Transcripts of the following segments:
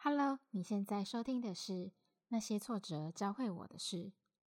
Hello， 你现在收听的是那些挫折教会我的事。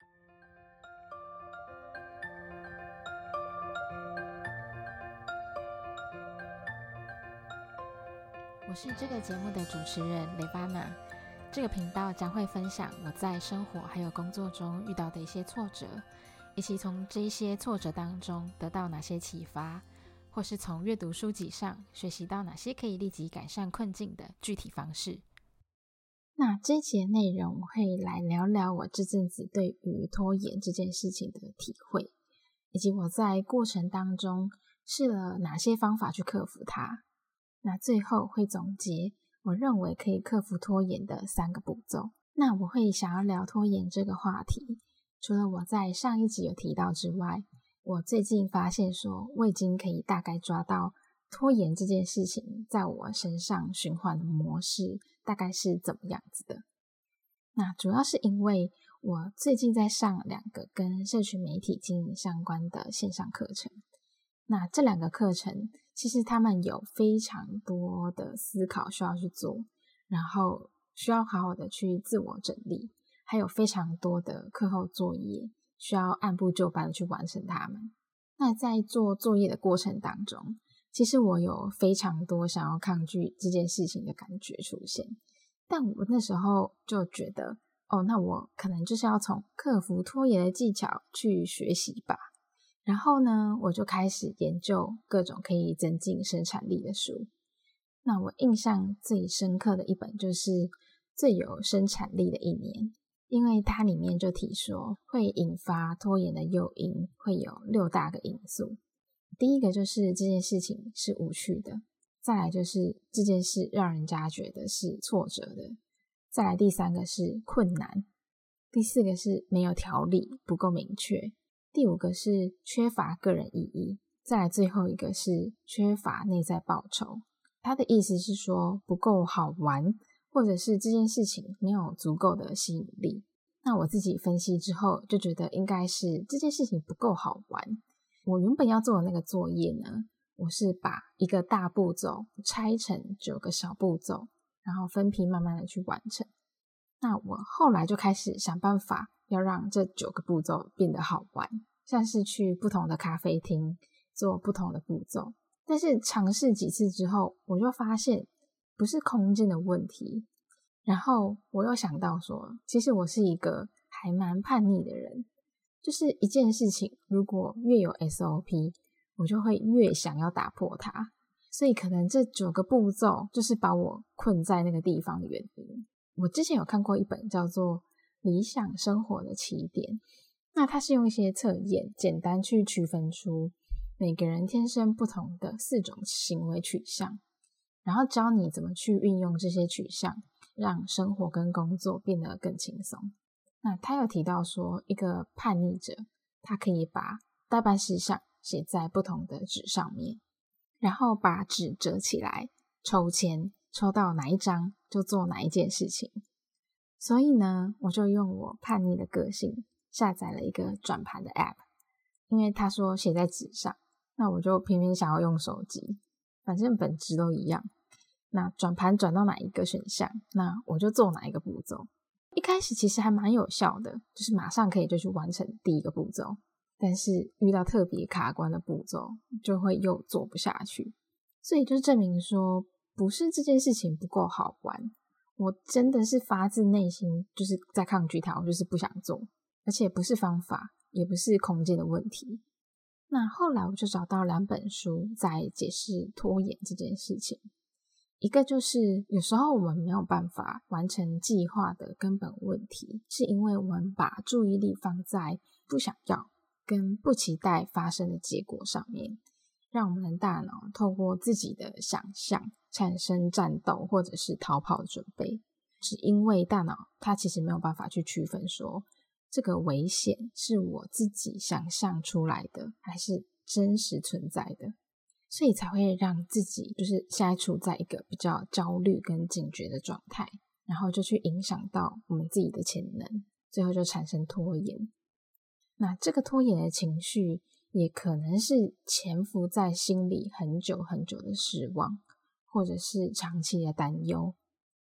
我是这个节目的主持人雷巴娜。这个频道将会分享我在生活还有工作中遇到的一些挫折，以及从这一些挫折当中得到哪些启发，或是从阅读书籍上学习到哪些可以立即改善困境的具体方式。那这一集的内容我会来聊聊我这阵子对于拖延这件事情的体会，以及我在过程当中试了哪些方法去克服它。那最后会总结我认为可以克服拖延的3个步骤。那我会想要聊拖延这个话题，除了我在上一集有提到之外，我最近发现说我已经可以大概抓到拖延这件事情在我身上循环的模式大概是怎么样子的。那主要是因为我最近在上2个跟社群媒体经营相关的线上课程。那这2个课程其实他们有非常多的思考需要去做，然后需要好好的去自我整理，还有非常多的课后作业需要按部就班的去完成它们。那在做作业的过程当中，其实我有非常多想要抗拒这件事情的感觉出现，但我那时候就觉得那我可能就是要从克服拖延的技巧去学习吧。然后呢，我就开始研究各种可以增进生产力的书。那我印象最深刻的一本就是最有生产力的一年，因为它里面就提说会引发拖延的诱因会有6大个因素。第一个就是这件事情是无趣的，再来就是这件事让人家觉得是挫折的，再来第3个是困难，第4个是没有条理不够明确，第5个是缺乏个人意义，再来最后一个是缺乏内在报酬。他的意思是说不够好玩，或者是这件事情没有足够的吸引力。那我自己分析之后就觉得应该是这件事情不够好玩。我原本要做的那个作业呢，我是把一个大步骤拆成9个小步骤，然后分批慢慢的去完成。那我后来就开始想办法要让这9个步骤变得好玩，像是去不同的咖啡厅做不同的步骤。但是尝试几次之后，我就发现不是空间的问题。然后我又想到说，其实我是一个还蛮叛逆的人，就是一件事情如果越有 SOP， 我就会越想要打破它。所以可能这9个步骤就是把我困在那个地方的原因。我之前有看过一本叫做《理想生活的起点》，那它是用一些测验简单去区分出每个人天生不同的4种行为取向，然后教你怎么去运用这些取向，让生活跟工作变得更轻松。那他有提到说，一个叛逆者他可以把待办事项写在不同的纸上面，然后把纸折起来，抽签抽到哪一张就做哪一件事情。所以呢，我就用我叛逆的个性下载了一个转盘的 App， 因为他说写在纸上，那我就偏偏想要用手机，反正本质都一样。那转盘转到哪一个选项，那我就做哪一个步骤。一开始其实还蛮有效的，就是马上可以就去完成第1个步骤，但是遇到特别卡关的步骤就会又做不下去。所以就证明说，不是这件事情不够好玩，我真的是发自内心就是在抗拒它，我就是不想做，而且不是方法也不是空间的问题。那后来我就找到2本书在解释拖延这件事情。一个就是有时候我们没有办法完成计划的根本问题，是因为我们把注意力放在不想要跟不期待发生的结果上面，让我们的大脑透过自己的想象产生战斗或者是逃跑的准备。是因为大脑它其实没有办法去区分说这个危险是我自己想象出来的还是真实存在的，所以才会让自己就是现在处在一个比较焦虑跟警觉的状态，然后就去影响到我们自己的潜能，最后就产生拖延。那这个拖延的情绪也可能是潜伏在心里很久很久的失望，或者是长期的担忧。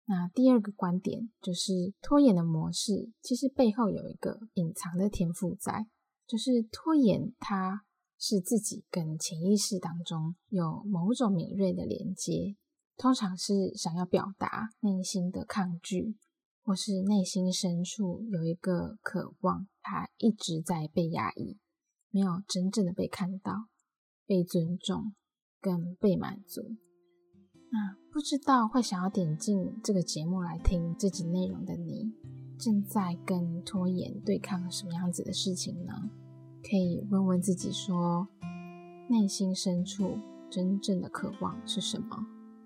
那第二个观点就是拖延的模式其实背后有一个隐藏的天赋在，就是拖延它是自己跟潜意识当中有某种敏锐的连接，通常是想要表达内心的抗拒，或是内心深处有一个渴望，它一直在被压抑，没有真正的被看到、被尊重跟被满足。那不知道会想要点进这个节目来听这集内容的你，正在跟拖延对抗什么样子的事情呢？可以问问自己说，内心深处真正的渴望是什么？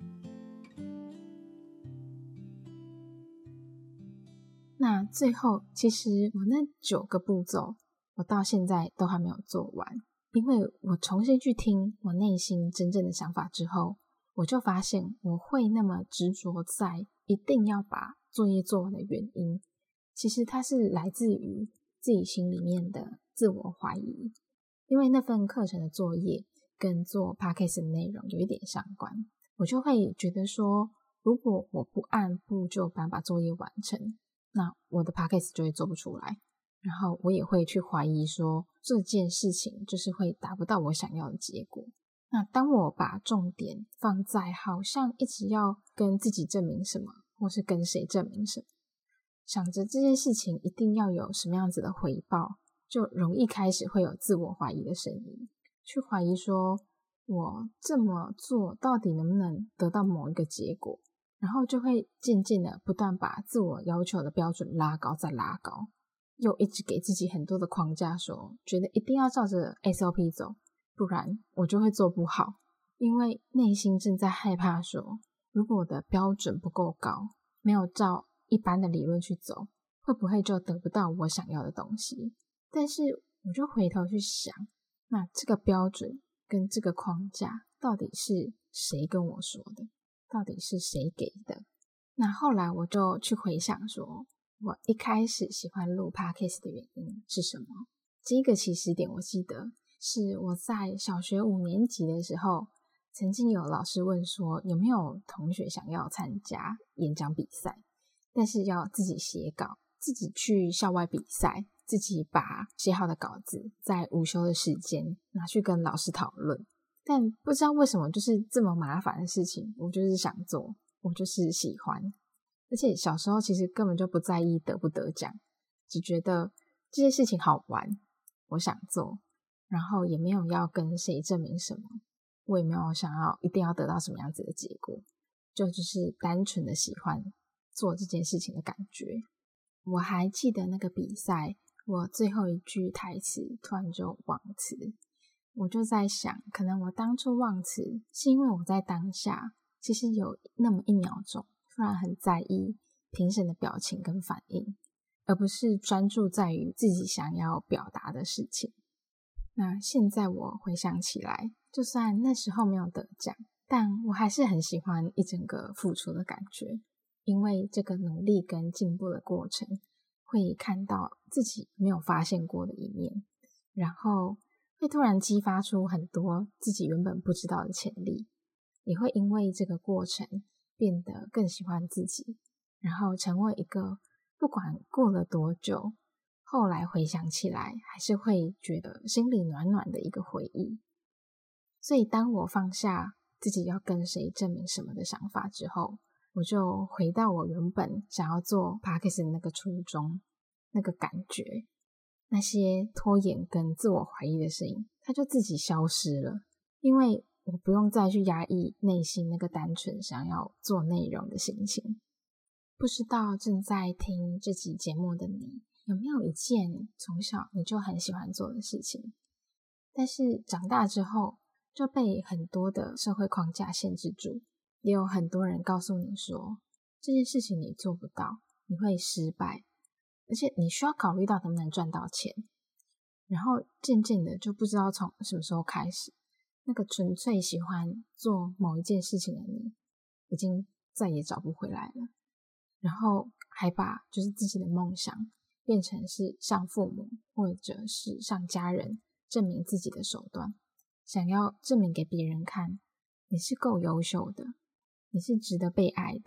那最后，其实我那9个步骤，我到现在都还没有做完，因为我重新去听我内心真正的想法之后，我就发现我会那么执着在一定要把作业做完的原因，其实它是来自于自己心里面的自我怀疑。因为那份课程的作业跟做 podcast 的内容有一点相关，我就会觉得说，如果我不按部就班把作业完成，那我的 podcast 就会做不出来，然后我也会去怀疑说这件事情就是会达不到我想要的结果。那当我把重点放在好像一直要跟自己证明什么，或是跟谁证明什么，想着这件事情一定要有什么样子的回报，就容易开始会有自我怀疑的声音，去怀疑说我这么做到底能不能得到某一个结果，然后就会渐渐的不断把自我要求的标准拉高再拉高，又一直给自己很多的框架说觉得一定要照着 SOP 走，不然我就会做不好。因为内心正在害怕说，如果我的标准不够高，没有照一般的理论去走，会不会就得不到我想要的东西？但是我就回头去想，那这个标准跟这个框架到底是谁跟我说的？到底是谁给的？那后来我就去回想说，我一开始喜欢录 podcast 的原因是什么？这个起始点我记得是我在小学5年级的时候，曾经有老师问说有没有同学想要参加演讲比赛，但是要自己写稿，自己去校外比赛，自己把写好的稿子在午休的时间拿去跟老师讨论。但不知道为什么就是这么麻烦的事情，我就是想做，我就是喜欢。而且小时候其实根本就不在意得不得奖，只觉得这些事情好玩，我想做，然后也没有要跟谁证明什么，我也没有想要一定要得到什么样子的结果，就只是单纯的喜欢做这件事情的感觉。我还记得那个比赛，我最后一句台词突然就忘词，我就在想，可能我当初忘词是因为我在当下其实有那么1秒钟突然很在意评审的表情跟反应，而不是专注在于自己想要表达的事情。那现在我回想起来，就算那时候没有得奖，但我还是很喜欢一整个付出的感觉，因为这个努力跟进步的过程会看到自己没有发现过的一面，然后会突然激发出很多自己原本不知道的潜力，也会因为这个过程变得更喜欢自己，然后成为一个不管过了多久，后来回想起来还是会觉得心里暖暖的一个回忆。所以当我放下自己要跟谁证明什么的想法之后，我就回到我原本想要做 podcast 的那个初衷，那个感觉，那些拖延跟自我怀疑的声音，它就自己消失了，因为我不用再去压抑内心那个单纯想要做内容的心情。不知道正在听这集节目的你，有没有一件从小你就很喜欢做的事情，但是长大之后就被很多的社会框架限制住，也有很多人告诉你说这件事情你做不到，你会失败，而且你需要考虑到能不能赚到钱，然后渐渐的就不知道从什么时候开始，那个纯粹喜欢做某一件事情的你已经再也找不回来了，然后还把就是自己的梦想变成是向父母或者是向家人证明自己的手段，想要证明给别人看你是够优秀的，你是值得被爱的，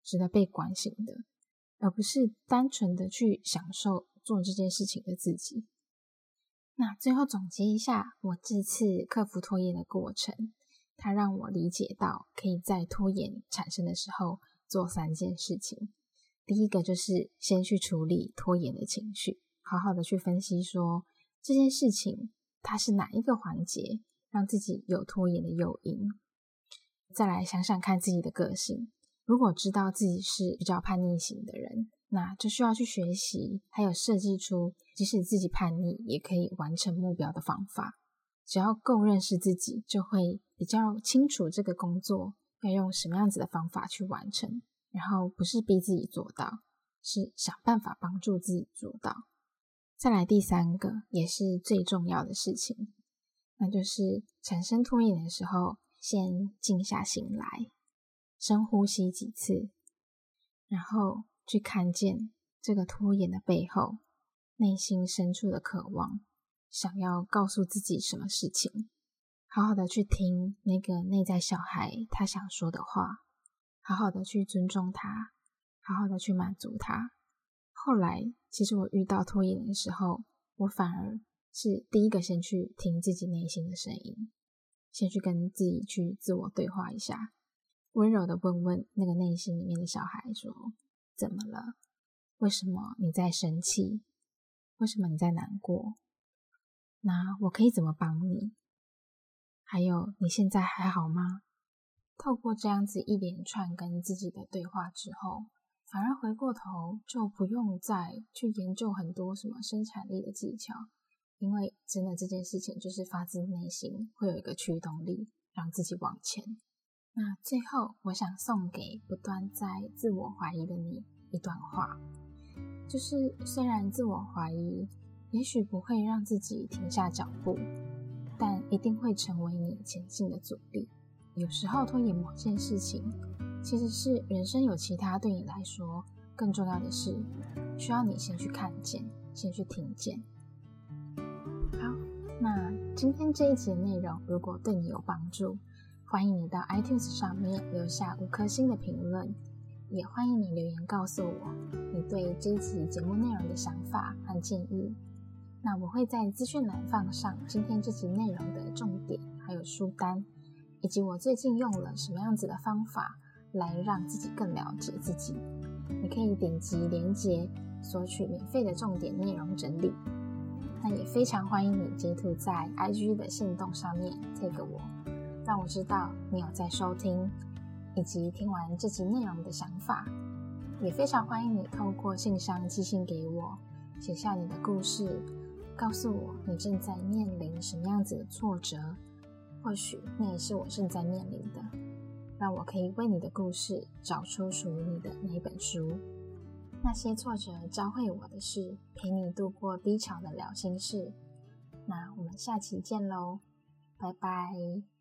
值得被关心的，而不是单纯的去享受做这件事情的自己。那最后总结一下我这次克服拖延的过程，它让我理解到可以在拖延产生的时候做3件事情。第一个就是先去处理拖延的情绪，好好的去分析说这件事情它是哪一个环节让自己有拖延的诱因。再来想想看自己的个性，如果知道自己是比较叛逆型的人，那就需要去学习还有设计出即使自己叛逆也可以完成目标的方法。只要够认识自己，就会比较清楚这个工作要用什么样子的方法去完成，然后不是逼自己做到，是想办法帮助自己做到。再来第3个也是最重要的事情，那就是产生拖延的时候先静下心来，深呼吸几次，然后去看见这个拖延的背后内心深处的渴望，想要告诉自己什么事情，好好的去听那个内在小孩他想说的话，好好的去尊重他，好好的去满足他。后来其实我遇到拖延的时候，我反而是第一个先去听自己内心的声音，先去跟自己去自我对话一下，温柔的问问那个内心里面的小孩说，怎么了？为什么你在生气？为什么你在难过？那我可以怎么帮你？还有你现在还好吗？透过这样子一连串跟自己的对话之后，反而回过头就不用再去研究很多什么生产力的技巧，因为真的这件事情就是发自内心会有一个驱动力让自己往前。那最后我想送给不断在自我怀疑的你一段话，就是虽然自我怀疑也许不会让自己停下脚步，但一定会成为你前进的阻力。有时候拖延某件事情其实是人生有其他对你来说更重要的事，需要你先去看见，先去听见。好，那今天这一集的内容如果对你有帮助，欢迎你到 iTunes 上面留下5颗星的评论，也欢迎你留言告诉我你对这一集节目内容的想法和建议。那我会在资讯栏放上今天这集内容的重点，还有书单，以及我最近用了什么样子的方法来让自己更了解自己。你可以点击连结索取免费的重点内容整理。那也非常欢迎你截图在 IG 的限动上面 tag 我，让我知道你有在收听，以及听完这集内容的想法。也非常欢迎你透过信箱寄信给我，写下你的故事，告诉我你正在面临什么样子的挫折，或许那也是我正在面临的，让我可以为你的故事找出属于你的那一本书。那些挫折教会我的事，陪你度过低潮的疗心事。那我们下期见咯，拜拜。